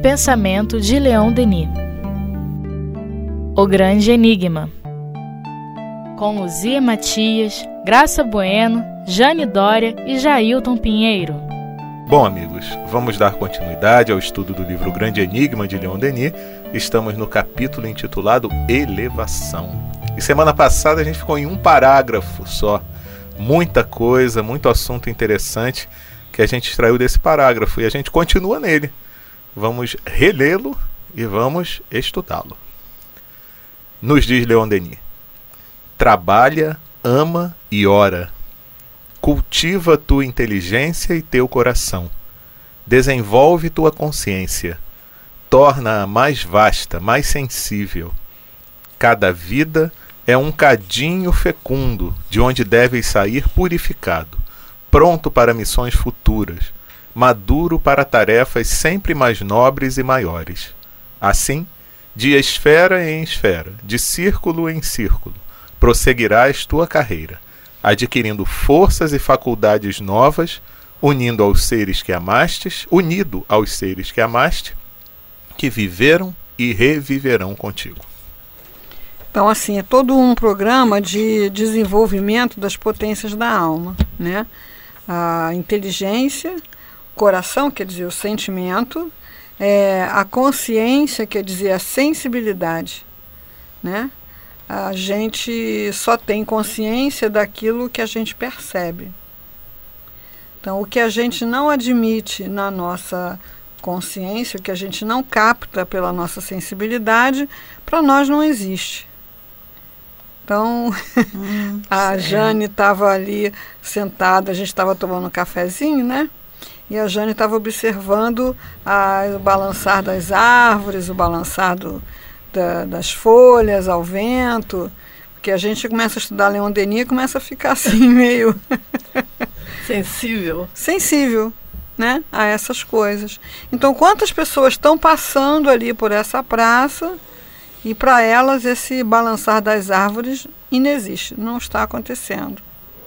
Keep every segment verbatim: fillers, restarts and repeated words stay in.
pensamento de Leon Denis. O Grande Enigma. Com Luzia Matias, Graça Bueno, Jane Dória e Jailton Pinheiro. Bom, amigos, vamos dar continuidade ao estudo do livro O Grande Enigma de Leon Denis. Estamos no capítulo intitulado Elevação. E semana passada a gente ficou em um parágrafo só. Muita coisa, muito assunto interessante que a gente extraiu desse parágrafo e a gente continua nele. Vamos relê-lo e vamos estudá-lo. Nos diz Leon Denis: trabalha, ama e ora. Cultiva tua inteligência e teu coração. Desenvolve tua consciência. Torna-a mais vasta, mais sensível. Cada vida é um cadinho fecundo, de onde deves sair purificado, pronto para missões futuras, maduro para tarefas sempre mais nobres e maiores. Assim, de esfera em esfera, de círculo em círculo, prosseguirás tua carreira, adquirindo forças e faculdades novas, unindo aos seres que amastes, unido aos seres que amaste, que viveram e reviverão contigo. Então, assim, é todo um programa de desenvolvimento das potências da alma, né? A inteligência, o coração, quer dizer, o sentimento, é, a consciência, quer dizer, a sensibilidade, né? A gente só tem consciência daquilo que a gente percebe. Então, o que a gente não admite na nossa consciência, o que a gente não capta pela nossa sensibilidade, para nós não existe. Então, hum, a Jane estava ali sentada, a gente estava tomando um cafezinho, né? E a Jane estava observando a, o balançar das árvores, o balançar do, da, das folhas ao vento, porque a gente começa a estudar Leon Denis e começa a ficar assim meio... Sensível. Sensível, né? A essas coisas. Então, quantas pessoas estão passando ali por essa praça... E para elas esse balançar das árvores inexiste, não está acontecendo.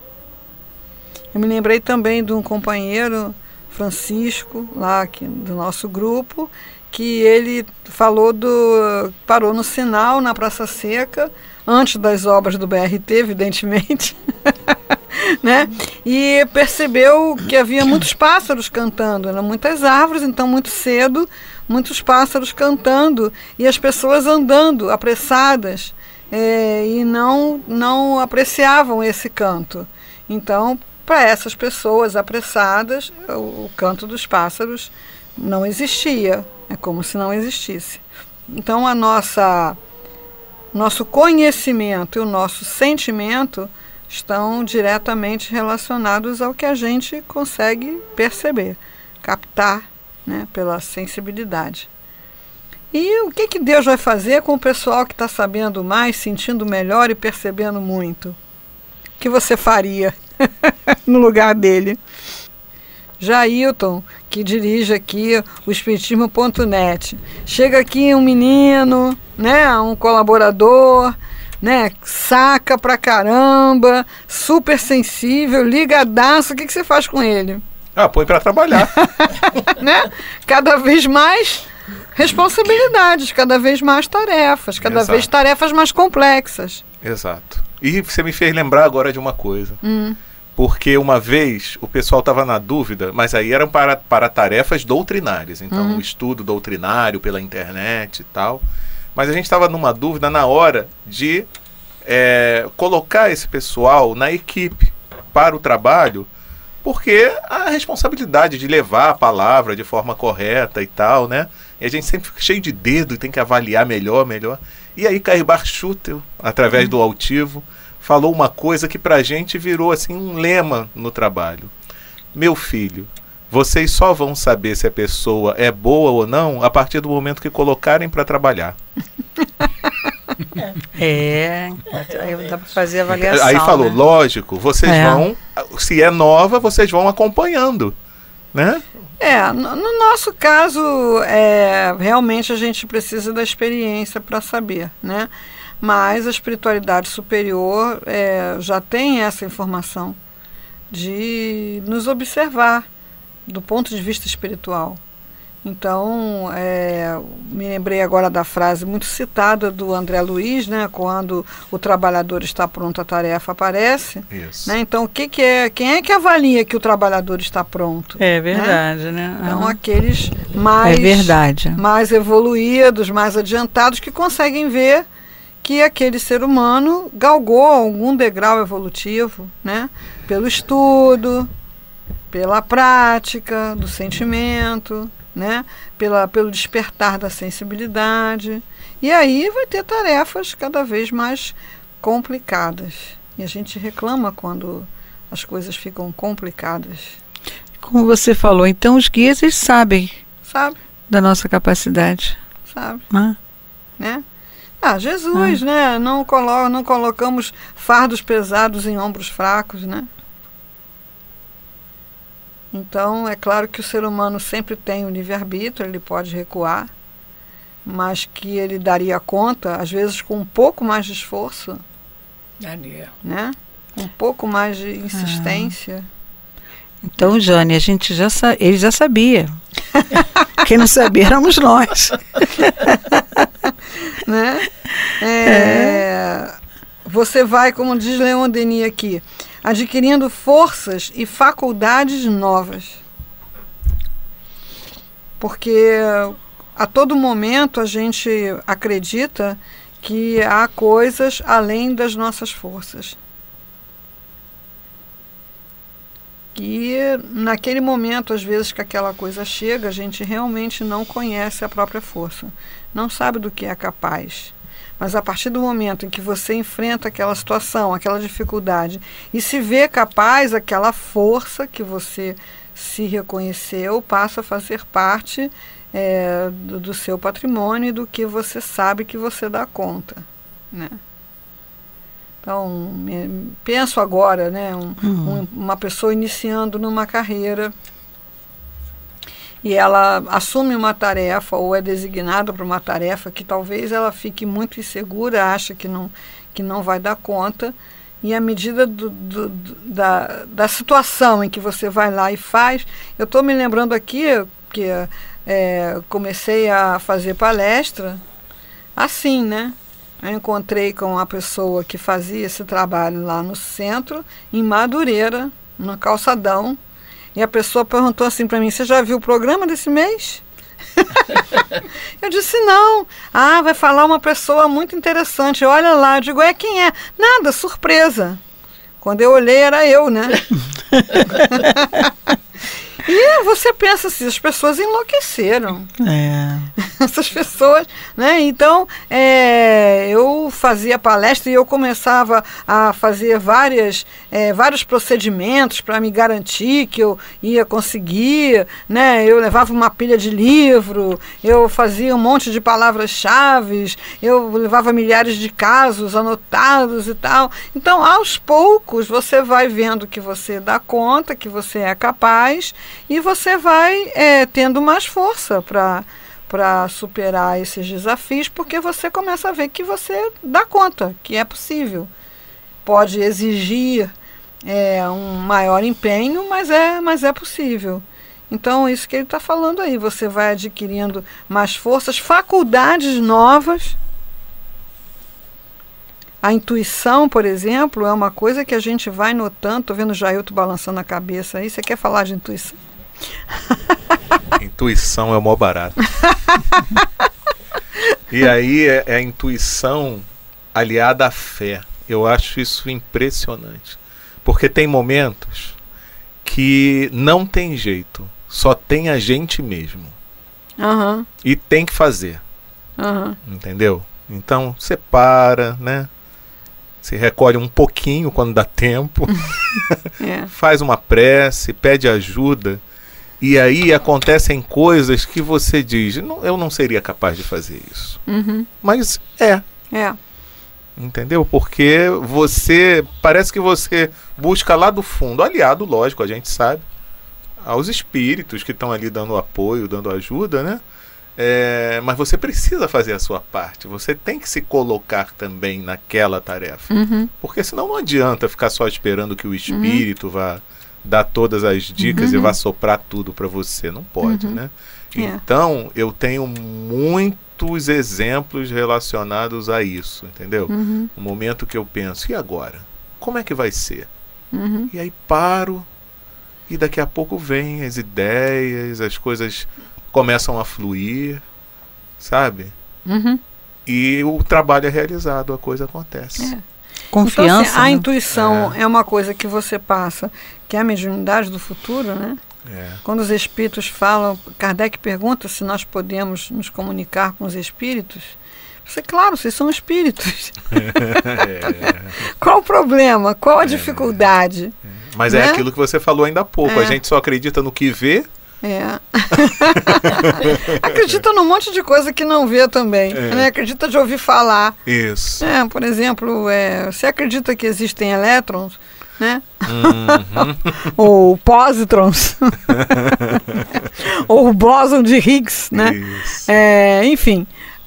Eu me lembrei também de um companheiro, Francisco, lá aqui, do nosso grupo, que ele falou do... parou no sinal, na Praça Seca, antes das obras do B R T, evidentemente, né? E percebeu que havia muitos pássaros cantando, eram muitas árvores, então muito cedo, muitos pássaros cantando e as pessoas andando apressadas é, e não, não apreciavam esse canto. Então, para essas pessoas apressadas, o, o canto dos pássaros não existia, é como se não existisse. Então, a nossa, nosso conhecimento e o nosso sentimento estão diretamente relacionados ao que a gente consegue perceber, captar, né, pela sensibilidade. E o que, que Deus vai fazer com o pessoal que está sabendo mais, sentindo melhor e percebendo muito? O que você faria no lugar dele? Jailton, que dirige aqui o Espiritismo ponto net. Chega aqui um menino, né, um colaborador, né, saca pra caramba, super sensível, ligadaço. O que, que você faz com ele? Ah, põe para trabalhar. Né? Cada vez mais responsabilidades, cada vez mais tarefas, cada Exato. vez tarefas mais complexas. Exato. E você me fez lembrar agora de uma coisa. Hum. Porque uma vez o pessoal estava na dúvida, mas aí eram para, para tarefas doutrinárias. Então, Uhum. um estudo doutrinário pela internet e tal. Mas a gente estava numa dúvida na hora de é, colocar esse pessoal na equipe para o trabalho, porque a responsabilidade de levar a palavra de forma correta e tal, né? E a gente sempre fica cheio de dedo e tem que avaliar melhor, melhor. E aí Caibar Schutel, através uhum. do altivo, falou uma coisa que pra gente virou assim um lema no trabalho. Meu filho, vocês só vão saber se a pessoa é boa ou não a partir do momento que colocarem para trabalhar. É, aí dá para fazer avaliação. Aí falou, né? lógico, vocês é. vão, se é nova, vocês vão acompanhando, né? É, no, no nosso caso, é, realmente a gente precisa da experiência para saber, né? Mas a espiritualidade superior é, já tem essa informação de nos observar do ponto de vista espiritual. Então, é, me lembrei agora da frase muito citada do André Luiz, né? Quando o trabalhador está pronto, a tarefa aparece. Isso. Né? Então, o que, que é, quem é que avalia que o trabalhador está pronto? É verdade, né? né? Então, uhum. aqueles mais, é verdade. mais evoluídos, mais adiantados, que conseguem ver que aquele ser humano galgou algum degrau evolutivo, né? Pelo estudo, pela prática do sentimento, né? Pela, pelo despertar da sensibilidade. E aí vai ter tarefas cada vez mais complicadas. E a gente reclama quando as coisas ficam complicadas. Como você falou, então os guias eles sabem Sabe? da nossa capacidade. Sabe? Ah. Né? Ah, Jesus, ah. né? Não, colo não colocamos fardos pesados em ombros fracos, né? Então, é claro que o ser humano sempre tem o livre-arbítrio, ele pode recuar, mas que ele daria conta, às vezes com um pouco mais de esforço, Daria. né? Um pouco mais de insistência. Ah. Então, Jane, a gente já sa ele já sabia. Quem não sabia éramos nós. Né? É, é. Você vai, como diz Leon Denis aqui, adquirindo forças e faculdades novas. Porque a todo momento a gente acredita que há coisas além das nossas forças. E naquele momento, às vezes que aquela coisa chega, a gente realmente não conhece a própria força, não sabe do que é capaz. Mas a partir do momento em que você enfrenta aquela situação, aquela dificuldade, e se vê capaz, aquela força que você se reconheceu passa a fazer parte é, do, do seu patrimônio e do que você sabe que você dá conta, né? Então, penso agora, né, um, uhum. um, uma pessoa iniciando numa carreira e ela assume uma tarefa ou é designada para uma tarefa que talvez ela fique muito insegura, acha que não, que não vai dar conta, e à medida do, do, do, da, da situação em que você vai lá e faz, eu estou me lembrando aqui que é, comecei a fazer palestra assim, né? Eu encontrei com uma pessoa que fazia esse trabalho lá no centro, em Madureira, no Calçadão, e a pessoa perguntou assim para mim: você já viu o programa desse mês? Eu disse não. Ah, vai falar uma pessoa muito interessante, olha lá. Eu digo, é, quem é? Nada, surpresa. Quando eu olhei era eu, né? E você pensa assim, as pessoas enlouqueceram. É. Essas pessoas, né? Então, é, eu fazia palestra e eu começava a fazer várias, é, vários procedimentos para me garantir que eu ia conseguir, né? Eu levava uma pilha de livro, eu fazia um monte de palavras-chave, eu levava milhares de casos anotados e tal. Então, aos poucos, você vai vendo que você dá conta, que você é capaz, e você vai é, tendo mais força para para superar esses desafios, porque você começa a ver que você dá conta, que é possível. Pode exigir é, um maior empenho, mas é, mas é possível. Então, isso que ele está falando aí, você vai adquirindo mais forças, faculdades novas. A intuição, por exemplo, é uma coisa que a gente vai notando. Estou vendo o Jailton balançando a cabeça aí. Você quer falar de intuição? Intuição é o maior barato. E aí é, é a intuição aliada à fé. Eu acho isso impressionante. Porque tem momentos que não tem jeito. Só tem a gente mesmo. Uhum. E tem que fazer. Uhum. Entendeu? Então você para, né? Se recolhe um pouquinho quando dá tempo. É. Faz uma prece, pede ajuda. E aí acontecem coisas que você diz, não, eu não seria capaz de fazer isso. Uhum. Mas é. É. Entendeu? Porque você, parece que você busca lá do fundo, aliado, lógico, a gente sabe, aos espíritos que estão ali dando apoio, dando ajuda, né? É, mas você precisa fazer a sua parte. Você tem que se colocar também naquela tarefa. Uhum. Porque senão não adianta ficar só esperando que o espírito uhum. vá dar todas as dicas Uhum. e vai soprar tudo para você. Não pode, Uhum. né? É. Então, eu tenho muitos exemplos relacionados a isso, entendeu? Uhum. O momento que eu penso, e agora? Como é que vai ser? Uhum. E aí paro, e daqui a pouco vem as ideias, as coisas começam a fluir, sabe? Uhum. E o trabalho é realizado, a coisa acontece. É. Confiança. Então, assim, a né? intuição é. é uma coisa que você passa, que é a mediunidade do futuro, né? É. Quando os espíritos falam, Kardec pergunta se nós podemos nos comunicar com os espíritos. Você, claro, vocês são espíritos. É. Qual o problema? Qual a dificuldade? Mas Né? é aquilo que você falou ainda há pouco. É. A gente só acredita no que vê. É. Acredita num monte de coisa que não vê também. É. Né? Acredita de ouvir falar. Isso. É, por exemplo, é, você acredita que existem elétrons, né? Uhum. Ou pósitrons, ou o bóson de Higgs, né? Isso. É, enfim,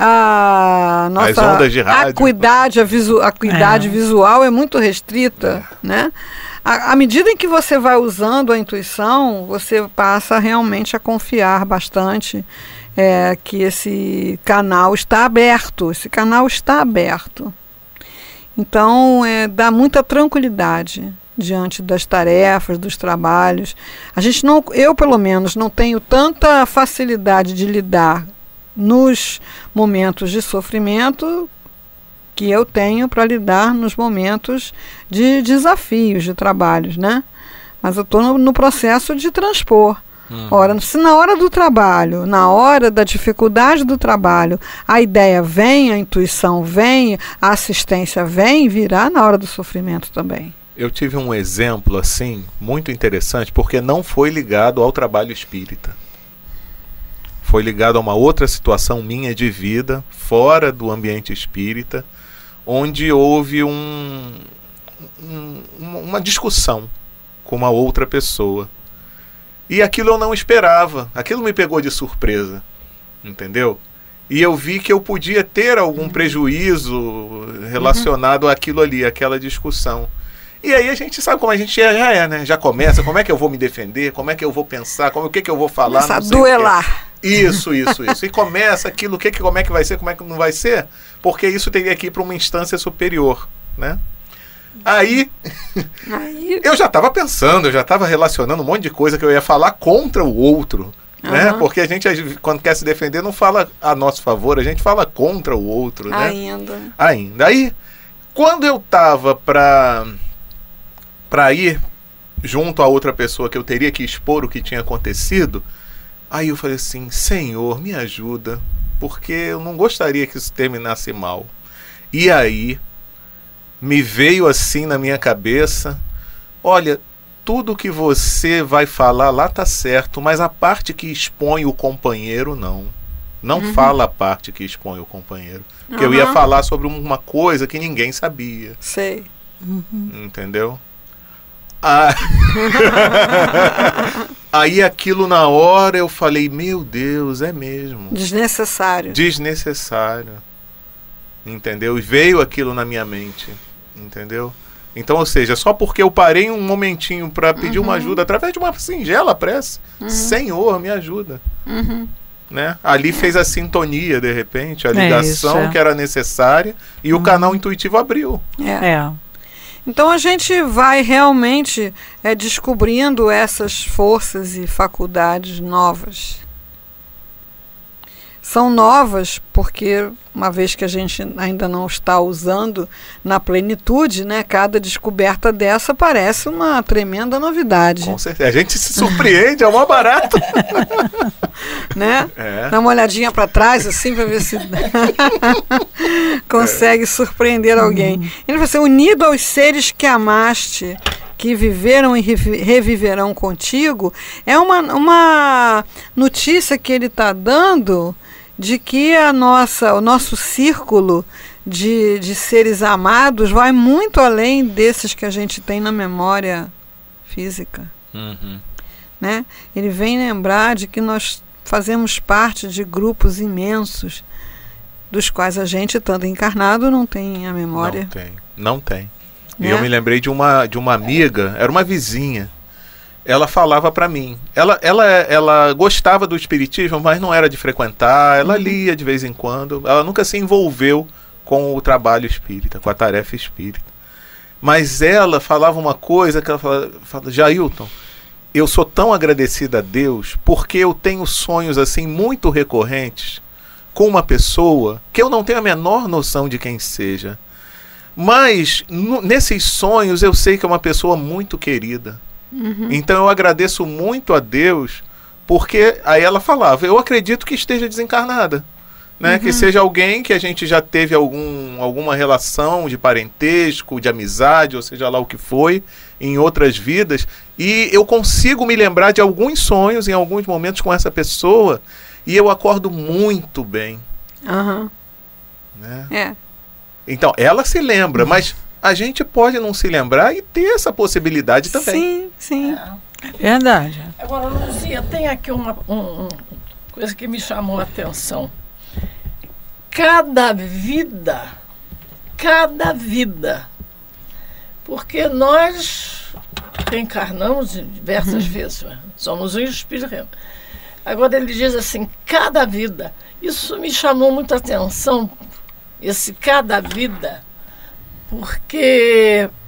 a nossa As ondas de rádio. acuidade, a visu, acuidade É. visual é muito restrita, né? À à medida em que você vai usando a intuição, você passa realmente a confiar bastante é, que esse canal está aberto. Esse canal está aberto. Então, é, dá muita tranquilidade diante das tarefas, dos trabalhos. A gente não, eu pelo menos, não tenho tanta facilidade de lidar nos momentos de sofrimento que eu tenho para lidar nos momentos de desafios, de trabalhos, né? Mas eu estou no, no processo de transpor. Uhum. Ora, se na hora do trabalho, na hora da dificuldade do trabalho, a ideia vem, a intuição vem, a assistência vem, virá na hora do sofrimento também. Eu tive um exemplo assim, muito interessante, porque não foi ligado ao trabalho espírita. Foi ligado a uma outra situação minha de vida, fora do ambiente espírita, onde houve um, um, uma discussão com uma outra pessoa. E aquilo eu não esperava, aquilo me pegou de surpresa, entendeu? E eu vi que eu podia ter algum prejuízo relacionado àquilo ali, àquela discussão. E aí a gente sabe como a gente é, já é, né? Já começa, como é que eu vou me defender, como é que eu vou pensar, como, o que, que eu vou falar. Começa a não sei o quê. duelar. Isso, isso, isso. E começa aquilo, o que, que, como é que vai ser, como é que não vai ser, porque isso teria que ir para uma instância superior, né? Aí, Aí, eu já estava pensando, eu já estava relacionando um monte de coisa que eu ia falar contra o outro, né? Aham. Porque a gente, quando quer se defender, não fala a nosso favor, a gente fala contra o outro, né? ainda. Ainda. Aí, quando eu estava para para ir junto a outra pessoa que eu teria que expor o que tinha acontecido, aí eu falei assim, Senhor, me ajuda, porque eu não gostaria que isso terminasse mal. E aí, me veio assim na minha cabeça, olha, tudo que você vai falar lá tá certo, mas a parte que expõe o companheiro, não. Não Uhum. fala a parte que expõe o companheiro. Porque eu Aham. ia falar sobre uma coisa que ninguém sabia. Sei. Entendeu? Ah. Aí aquilo na hora eu falei, meu Deus, é mesmo. Desnecessário. Desnecessário. Entendeu? E veio aquilo na minha mente. Entendeu? Então, ou seja, só porque eu parei um momentinho para pedir uma ajuda através de uma singela prece, Senhor, me ajuda. Uhum. Né? Ali fez a sintonia, de repente, a É ligação isso, é. que era necessária e o canal intuitivo abriu. É. É. Então a gente vai realmente é, descobrindo essas forças e faculdades novas. São novas porque, uma vez que a gente ainda não está usando na plenitude, né, cada descoberta dessa parece uma tremenda novidade. Com certeza. A gente se surpreende, é uma barata. Né? É. Dá uma olhadinha para trás assim para ver se consegue surpreender alguém. Ele vai ser unido aos seres que amaste, que viveram e revi- reviverão contigo. É uma, uma notícia que ele está dando de que a nossa, o nosso círculo de, de seres amados vai muito além desses que a gente tem na memória física. Uhum. Né? Ele vem lembrar de que nós fazemos parte de grupos imensos, dos quais a gente, estando encarnado, não tem a memória. Não tem, não tem. E Né? eu me lembrei de uma, de uma amiga, era uma vizinha, ela falava para mim. Ela, ela, ela gostava do espiritismo, mas não era de frequentar. Ela lia de vez em quando. Ela nunca se envolveu com o trabalho espírita, com a tarefa espírita. Mas ela falava uma coisa que ela falava, falava Jailton, eu sou tão agradecida a Deus porque eu tenho sonhos assim muito recorrentes com uma pessoa que eu não tenho a menor noção de quem seja. Mas n- nesses sonhos eu sei que é uma pessoa muito querida. Uhum. Então eu agradeço muito a Deus, porque aí ela falava, eu acredito que esteja desencarnada, né? Uhum. Que seja alguém que a gente já teve algum, alguma relação de parentesco, de amizade, ou seja lá o que foi, em outras vidas, e eu consigo me lembrar de alguns sonhos em alguns momentos com essa pessoa, e eu acordo muito bem. Uhum. Né? É. Então ela se lembra, mas a gente pode não se lembrar e ter essa possibilidade também. Sim, sim. É verdade. Agora, Luzia, tem aqui uma, um, uma coisa que me chamou a atenção. Cada vida, cada vida, porque nós reencarnamos diversas uhum. vezes, somos um espírito. Agora ele diz assim, cada vida. Isso me chamou muita atenção, esse cada vida, porque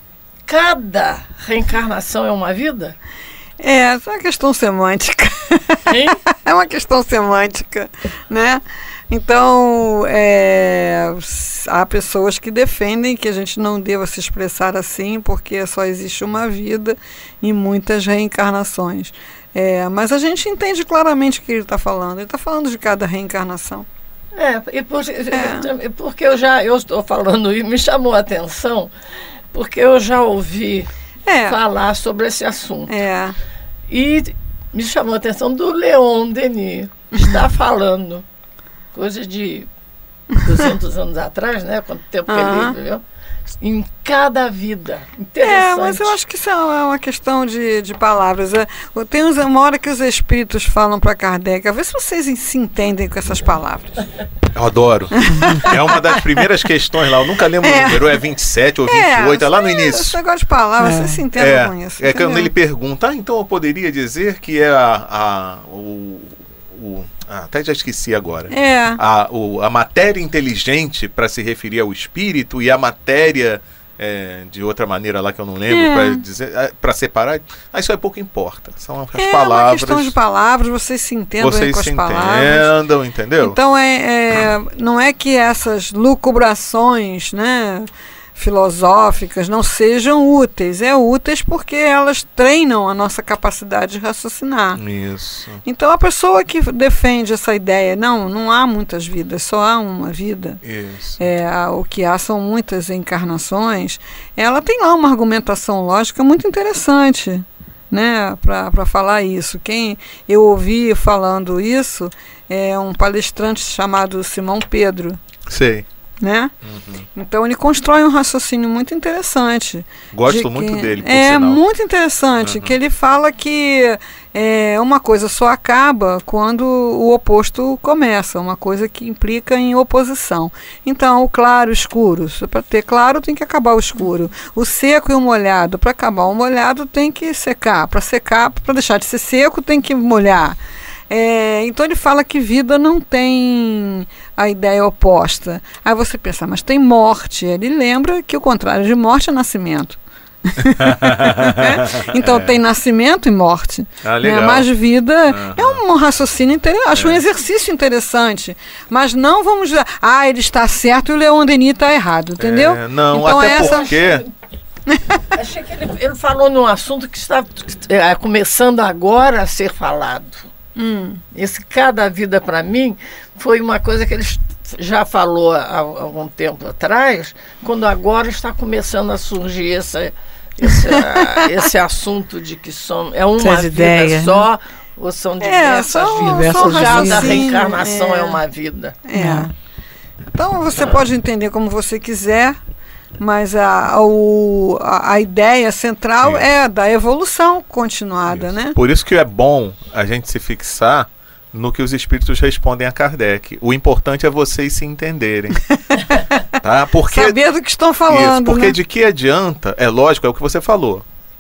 cada reencarnação é uma vida? É, essa é uma questão semântica. Hein? É uma questão semântica, né? Então, é, há pessoas que defendem que a gente não deva se expressar assim, porque só existe uma vida e muitas reencarnações. É, mas a gente entende claramente o que ele está falando. Ele está falando de cada reencarnação. É, e por, é. porque eu já eu estou falando e me chamou a atenção, porque eu já ouvi é. falar sobre esse assunto. É. E me chamou a atenção do Leon Denis. Está falando, coisa de duzentos anos atrás, né? Quanto tempo que uhum. ele viveu. Em cada vida. Interessante. É, mas eu acho que isso é uma questão de, de palavras. Tem uma hora que os espíritos falam para Kardec, a ver se vocês se entendem com essas palavras. Eu adoro. É uma das primeiras questões lá. Eu nunca lembro é. o número, é vinte e sete ou vinte e oito, é, é lá no início. Esse negócio de palavras, é. vocês se entendem é. com isso. É quando ele pergunta, ah, então eu poderia dizer que é a, a, o, o Ah, até já esqueci agora. É. A, o, a matéria inteligente para se referir ao espírito e a matéria é, de outra maneira lá que eu não lembro é. para dizer, para separar. Ah, isso aí pouco importa. São as é palavras. É uma questão de palavras. Vocês se entendam vocês com as se palavras. entendam, entendeu? Então é, é não é que essas lucubrações, né, filosóficas não sejam úteis, é úteis porque elas treinam a nossa capacidade de raciocinar. Isso. Então a pessoa que defende essa ideia, não, não há muitas vidas, só há uma vida. Isso. É, o que há são muitas encarnações, ela tem lá uma argumentação lógica muito interessante, né, para falar isso. Quem eu ouvi falando isso é um palestrante chamado Simão Pedro. Sei. Né? Uhum. Então ele constrói um raciocínio muito interessante. Gosto de muito que, dele, por É sinal. muito interessante, uhum. que ele fala que é, uma coisa só acaba quando o oposto começa, uma coisa que implica em oposição. Então o claro e o escuro, para ter claro tem que acabar o escuro. O seco e o molhado, para acabar o molhado tem que secar, para secar, para deixar de ser seco tem que molhar. É, então ele fala que vida não tem a ideia oposta. Aí você pensa, mas tem morte. Ele lembra que o contrário de morte é nascimento. Então tem nascimento e morte. Ah, legal. Né? Mas vida uhum. é um raciocínio interessante, acho é. um exercício interessante. Mas não vamos dizer, ah, ele está certo e o Leon Denis está errado, entendeu? É, não, então, até essa... porque... Achei que ele, ele falou num assunto que está é, começando agora a ser falado. Hum. Esse cada vida para mim foi uma coisa que ele já falou há, há algum tempo atrás, quando agora está começando a surgir essa, esse, a, esse assunto de que são, é uma Essas vida ideias, só, né? ou são É, diversas são- vidas. são Já da raciocínio, reencarnação é. é. uma vida. É. Então você pode entender como você quiser, mas a, a, o- a, a ideia central Isso. é a da evolução continuada, Isso. né? Por isso que é bom a gente se fixar no que os espíritos respondem a Kardec. O importante é vocês se entenderem. Tá? Porque, Saber do que estão falando, isso, porque né? de que adianta, é lógico, é o que você falou.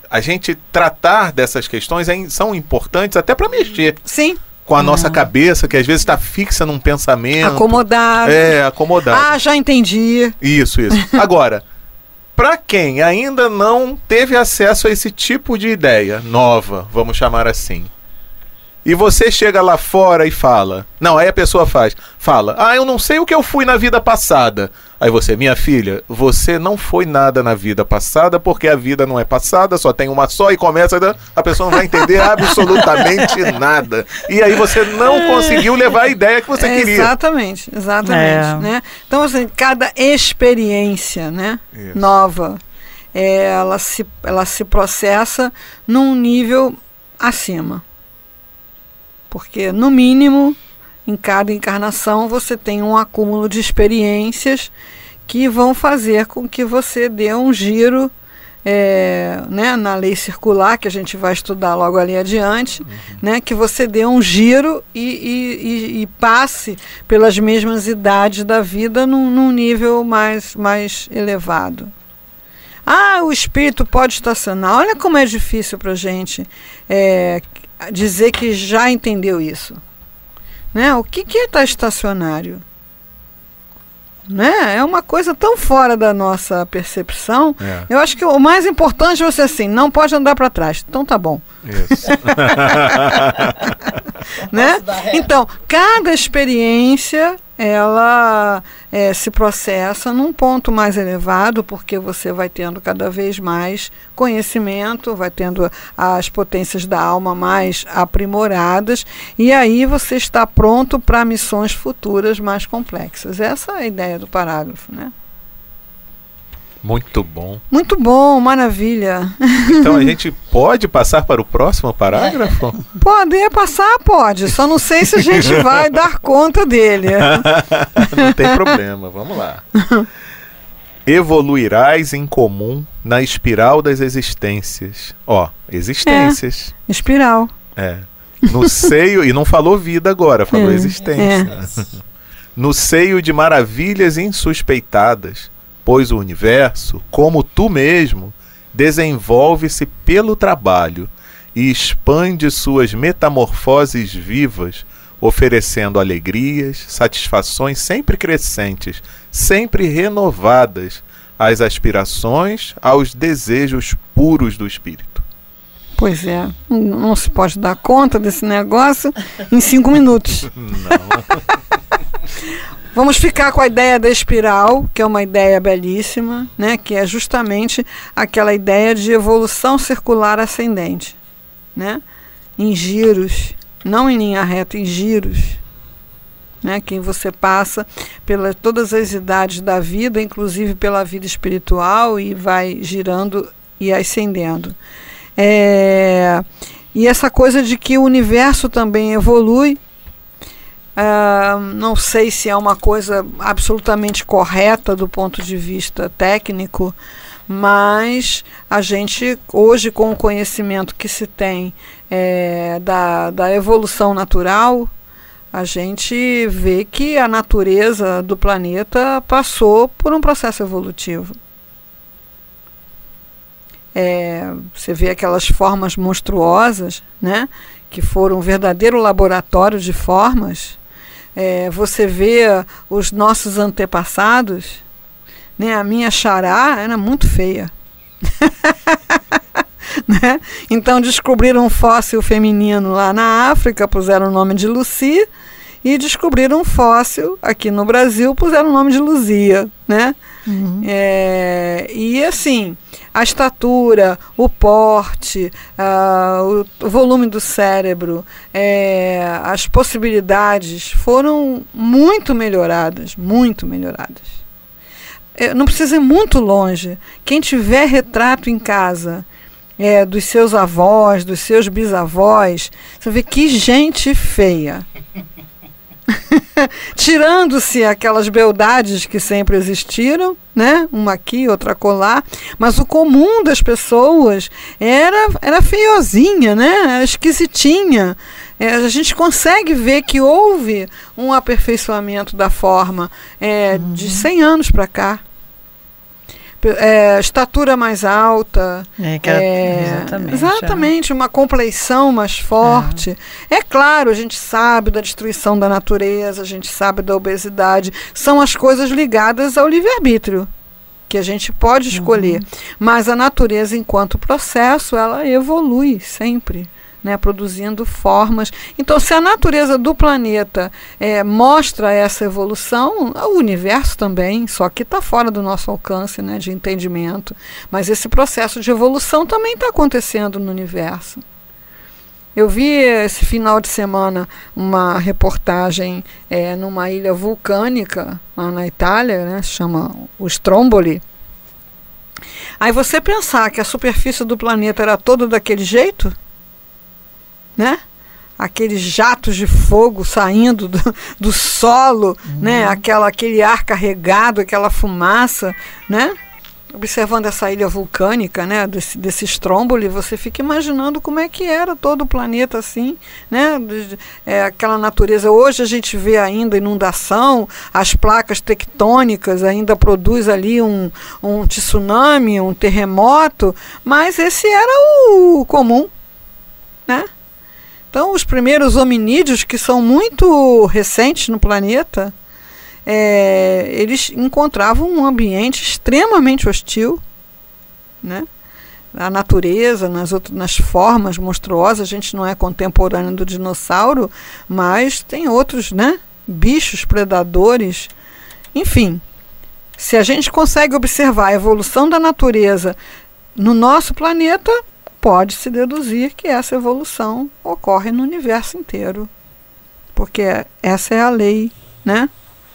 a gente tratar dessas questões é, são importantes até para mexer. Sim. Com a nossa cabeça, que às vezes está fixa num pensamento. Acomodado. É, acomodado. Ah, já entendi. Isso, isso. Agora, para quem ainda não teve acesso a esse tipo de ideia nova, vamos chamar assim, e você chega lá fora e fala, não, aí a pessoa faz, fala, ah, eu não sei o que eu fui na vida passada. Aí você, minha filha, você não foi nada na vida passada, porque a vida não é passada, só tem uma só, e começa, a pessoa não vai entender absolutamente nada. E aí você não conseguiu levar a ideia que você é, queria. Exatamente, exatamente. É. Né? Então, assim, cada experiência, né, Isso. nova, é, ela, se, ela se processa num nível acima. Porque, no mínimo, em cada encarnação, você tem um acúmulo de experiências que vão fazer com que você dê um giro é, né, na lei circular, que a gente vai estudar logo ali adiante, uhum. né, que você dê um giro e, e, e, e passe pelas mesmas idades da vida num, num nível mais, mais elevado. Ah, o espírito pode estacionar. Olha como é difícil para a gente é, dizer que já entendeu isso. Né? O que, que é estar estacionário? Né? É uma coisa tão fora da nossa percepção. É. Eu acho que o mais importante é você assim, não pode andar para trás. Então tá bom. Isso. Né? Então, cada experiência ela é, se processa num ponto mais elevado, porque você vai tendo cada vez mais conhecimento, vai tendo as potências da alma mais aprimoradas, e aí você está pronto para missões futuras mais complexas. Essa é a ideia do parágrafo, né? Muito bom. Muito bom, maravilha. Então a gente pode passar para o próximo parágrafo? Poder passar, pode. Só não sei se a gente vai dar conta dele. Não tem problema, vamos lá. Evoluirás em comum na espiral das existências. Ó, existências. É, espiral. É. No seio, e não falou vida agora, falou é, existência. É. No seio de maravilhas insuspeitadas, pois o universo, como tu mesmo, desenvolve-se pelo trabalho e expande suas metamorfoses vivas, oferecendo alegrias, satisfações sempre crescentes, sempre renovadas às aspirações, aos desejos puros do espírito. Pois é, não se pode dar conta desse negócio em cinco minutos. Não. Vamos ficar com a ideia da espiral, que é uma ideia belíssima, né? Que é justamente aquela ideia de evolução circular ascendente, né? Em giros, não em linha reta, em giros, né? Que você passa pelas todas as idades da vida, inclusive pela vida espiritual, e vai girando e ascendendo. É, e essa coisa de que o universo também evolui. Uh, não sei se é uma coisa absolutamente correta do ponto de vista técnico, mas a gente, hoje, com o conhecimento que se tem é, da, da evolução natural, a gente vê que a natureza do planeta passou por um processo evolutivo. É, você vê aquelas formas monstruosas, né, que foram um verdadeiro laboratório de formas. É, você vê os nossos antepassados, né? A minha xará era muito feia. Né? Então descobriram um fóssil feminino lá na África, puseram o nome de Lucy, e descobriram um fóssil aqui no Brasil, puseram o nome de Luzia, né? Uhum. É, e assim, a estatura, o porte, uh, o, o volume do cérebro, é, as possibilidades foram muito melhoradas, muito melhoradas. É, não precisa ir muito longe. Quem tiver retrato em casa é, dos seus avós, dos seus bisavós, você vê que gente feia. Tirando-se aquelas beldades que sempre existiram, né? Uma aqui, outra acolá, mas o comum das pessoas era, era feiozinha, né? Era esquisitinha. É, a gente consegue ver que houve um aperfeiçoamento da forma é, uhum. de cem anos para cá. é, estatura mais alta, É, que era- é, exatamente, exatamente, uma compleição mais forte. É. claro, a gente sabe da destruição da natureza, a gente sabe da obesidade, são as coisas ligadas ao livre-arbítrio, que a gente pode escolher. Mas a natureza, enquanto processo, ela evolui sempre, né, produzindo formas. Então, se a natureza do planeta é, mostra essa evolução, o universo também, só que está fora do nosso alcance, né, de entendimento. Mas esse processo de evolução também está acontecendo no universo. Eu vi esse final de semana uma reportagem é, numa ilha vulcânica, lá na Itália, né, se chama o Stromboli. Aí você pensar que a superfície do planeta era toda daquele jeito, né? Aqueles jatos de fogo saindo do, do solo, uhum. né? Aquela, aquele ar carregado, aquela fumaça, né? Observando essa ilha vulcânica, né, desse, desse Stromboli, você fica imaginando como é que era todo o planeta assim, né, é, aquela natureza. Hoje a gente vê ainda inundação, as placas tectônicas ainda produz ali um, um tsunami, um terremoto, mas esse era o comum, né? Então, os primeiros hominídeos, que são muito recentes no planeta, É, eles encontravam um ambiente extremamente hostil, né? A natureza, nas, outras, nas formas monstruosas, a gente não é contemporâneo do dinossauro, mas tem outros, né, bichos predadores. Enfim, se a gente consegue observar a evolução da natureza no nosso planeta, pode-se deduzir que essa evolução ocorre no universo inteiro, porque essa é a lei, né?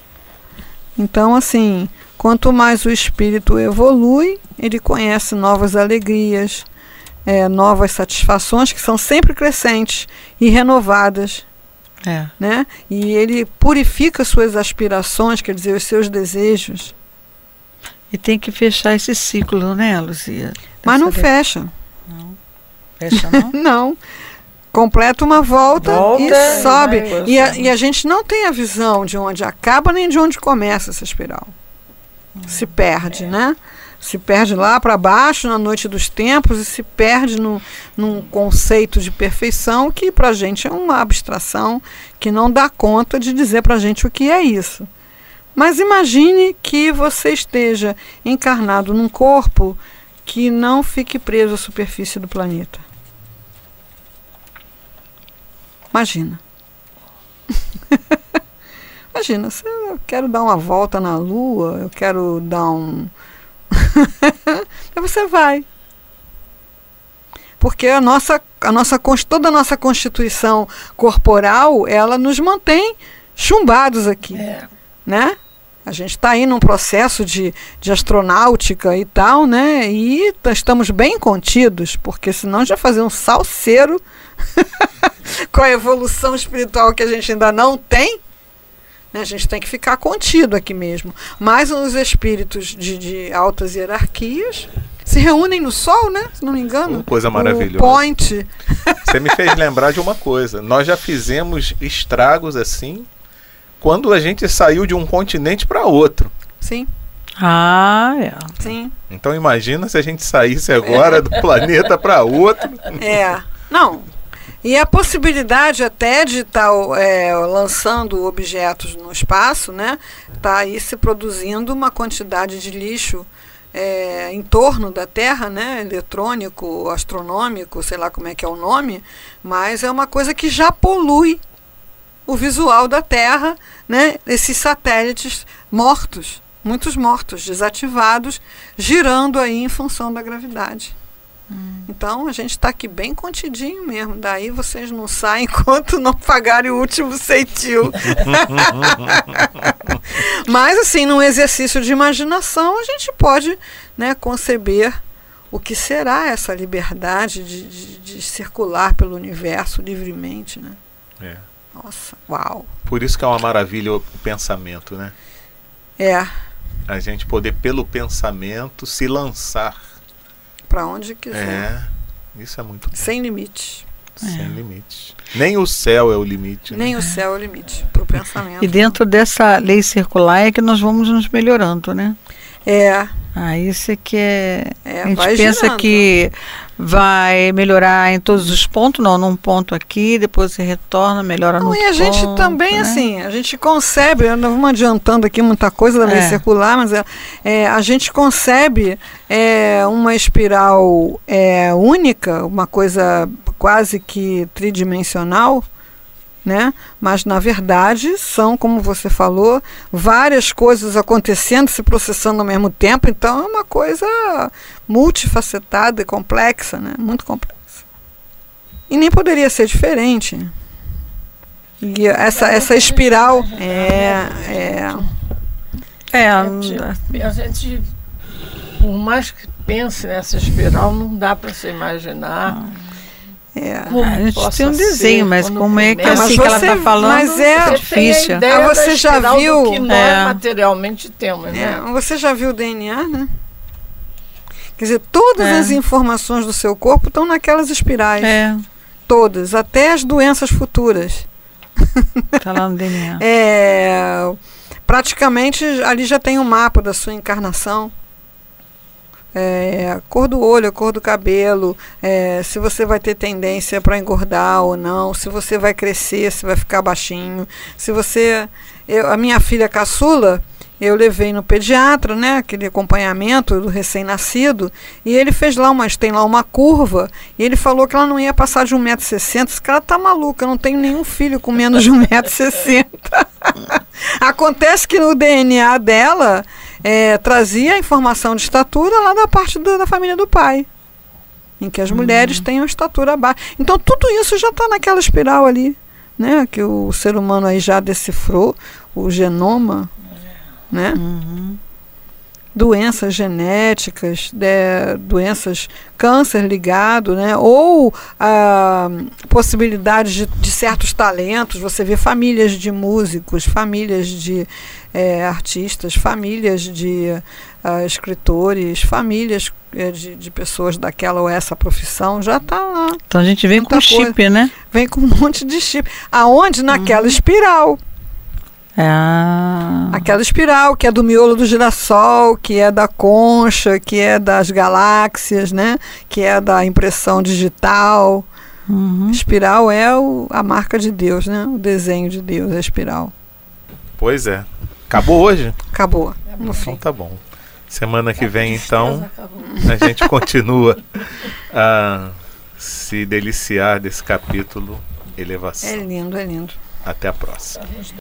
Então, assim, quanto mais o espírito evolui, ele conhece novas alegrias, é, novas satisfações, que são sempre crescentes e renovadas. É. Né? E ele purifica suas aspirações, quer dizer, os seus desejos. E tem que fechar esse ciclo, né, Luzia? Mas não Essa fecha. Não. Fecha, não? Não. Completa uma volta, Volta e e sobe. vai, E a, e a gente não tem a visão de onde acaba nem de onde começa essa espiral. Hum. Se perde, é. né? Se perde lá para baixo, na noite dos tempos, e se perde no, num conceito de perfeição que para a gente é uma abstração que não dá conta de dizer para a gente o que é isso. Mas imagine que você esteja encarnado num corpo que não fique preso à superfície do planeta. Imagina. Imagina, se eu quero dar uma volta na Lua, eu quero dar um... Aí você vai. Porque a nossa, a nossa, toda a nossa constituição corporal, ela nos mantém chumbados aqui. É. Né? A gente está aí num processo de, de astronáutica e tal, né? E estamos bem contidos, porque senão já fazia um salseiro com a evolução espiritual que a gente ainda não tem, né? A gente tem que ficar contido aqui mesmo. Mas os espíritos de, de altas hierarquias se reúnem no Sol, né? Se não me engano. Uma coisa maravilhosa. O point. Você me fez lembrar de uma coisa. Nós já fizemos estragos assim quando a gente saiu de um continente para outro. Sim. Ah, é. Sim. Então imagina se a gente saísse agora do planeta para outro. É. Não. E a possibilidade até de estar tá, é, lançando objetos no espaço, né? Está aí se produzindo uma quantidade de lixo é, em torno da Terra, né? Eletrônico, astronômico, sei lá como é que é o nome, mas é uma coisa que já polui o visual da Terra, né? Esses satélites mortos, muitos mortos, desativados, girando aí em função da gravidade. Hum. Então a gente está aqui bem contidinho mesmo. Daí vocês não saem enquanto não pagarem o último centil. Mas assim, num exercício de imaginação, a gente pode, né, conceber o que será essa liberdade de, de, de circular pelo universo livremente, né? É. Nossa, uau. Por isso que é uma maravilha o pensamento, né? É. A gente poder, pelo pensamento, se lançar para onde quiser. É, isso é muito bom. Sem limite. Sem É. limite. Nem o céu é o limite. Nem né? o céu é o limite para o pensamento. E dentro dessa lei circular é que nós vamos nos melhorando, né? É, Ah, isso é que é. É, a gente vai pensa girando. que vai melhorar em todos os pontos, não, num ponto aqui, depois você retorna, melhora no Não, outro e a gente ponto, também, né? assim, a gente concebe, não vamos adiantando aqui muita coisa da lei É. circular, mas é, é, a gente concebe é, uma espiral é, única, uma coisa quase que tridimensional, né? Mas na verdade são, como você falou, várias coisas acontecendo, se processando ao mesmo tempo, então é uma coisa multifacetada e complexa, né? Muito complexa. E nem poderia ser diferente. E essa, essa espiral é, é, É, A não gente, dá. a gente, por mais que pense nessa espiral, não dá para se imaginar. é. Como a gente possa tem um desenho, ser mas quando como é que começa. assim Mas que ela você- está falando, mas é- é Você difícil. tem a ideia Ah, você da já espiral viu? do que nós É. materialmente temos, É, né? você já viu o D N A, né? Quer dizer, todas É. as informações do seu corpo estão naquelas espirais. É, Todas, até as doenças futuras. tá lá no D N A. É, praticamente ali já tem um mapa da sua encarnação. É, a cor do olho, a cor do cabelo, é, se você vai ter tendência para engordar ou não, se você vai crescer, se vai ficar baixinho, se você... Eu, a minha filha caçula, eu levei no pediatra, né, aquele acompanhamento do recém-nascido, e ele fez lá, umas, tem lá uma curva, e ele falou que ela não ia passar de um metro e sessenta. Esse cara tá maluco, eu não tenho nenhum filho com menos de um metro e sessenta. Acontece que no D N A dela é, trazia a informação de estatura lá da parte do, da família do pai, em que as mulheres têm uma estatura baixa. Então tudo isso já está naquela espiral ali, né, que o ser humano aí já decifrou, o genoma, né? Uhum. Doenças genéticas, de, doenças, câncer ligado, né? Ou a possibilidade de, de certos talentos. Você vê famílias de músicos, famílias de é, artistas, famílias de uh, escritores, famílias é, de, de pessoas daquela ou essa profissão, já está lá. Então a gente vem Muita com chip, coisa. né? Vem com um monte de chip. Aonde? Naquela espiral. Ah, Aquela espiral que é do miolo do girassol, que é da concha, que é das galáxias, né? Que é da impressão digital. uhum. Espiral é o, a marca de Deus, né? O desenho de Deus, a espiral. Pois é. Acabou hoje? Acabou. No Então fim. tá bom. Semana que vem, então, Acabou. a gente continua a se deliciar desse capítulo Elevação. É lindo, é lindo. Até a próxima.